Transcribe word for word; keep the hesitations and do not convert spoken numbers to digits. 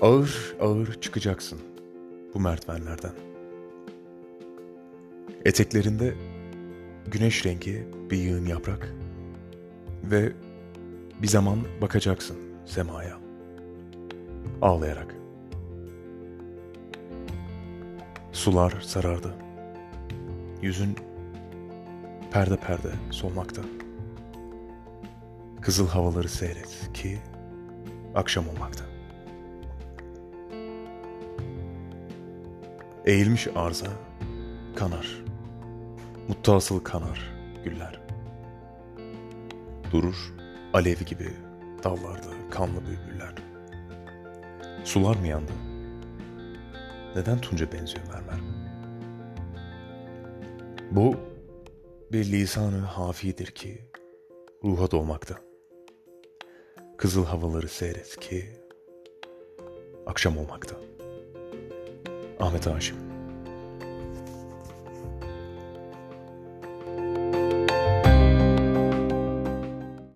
Ağır ağır çıkacaksın bu merdivenlerden. Eteklerinde güneş rengi bir yığın yaprak ve bir zaman bakacaksın semaya, ağlayarak. Sular sarardı, yüzün perde perde solmakta. Kızıl havaları seyret ki akşam olmakta. Eğilmiş arza kanar, muttasıl kanar güller. Durur alev gibi dallarda kanlı bülbüller. Sular mı yandı? Neden tunca benziyor mermer? Bu bir lisan-ı hafidir ki ruha dolmakta. Kızıl havaları seyret ki akşam olmakta. Ahmet Haşim.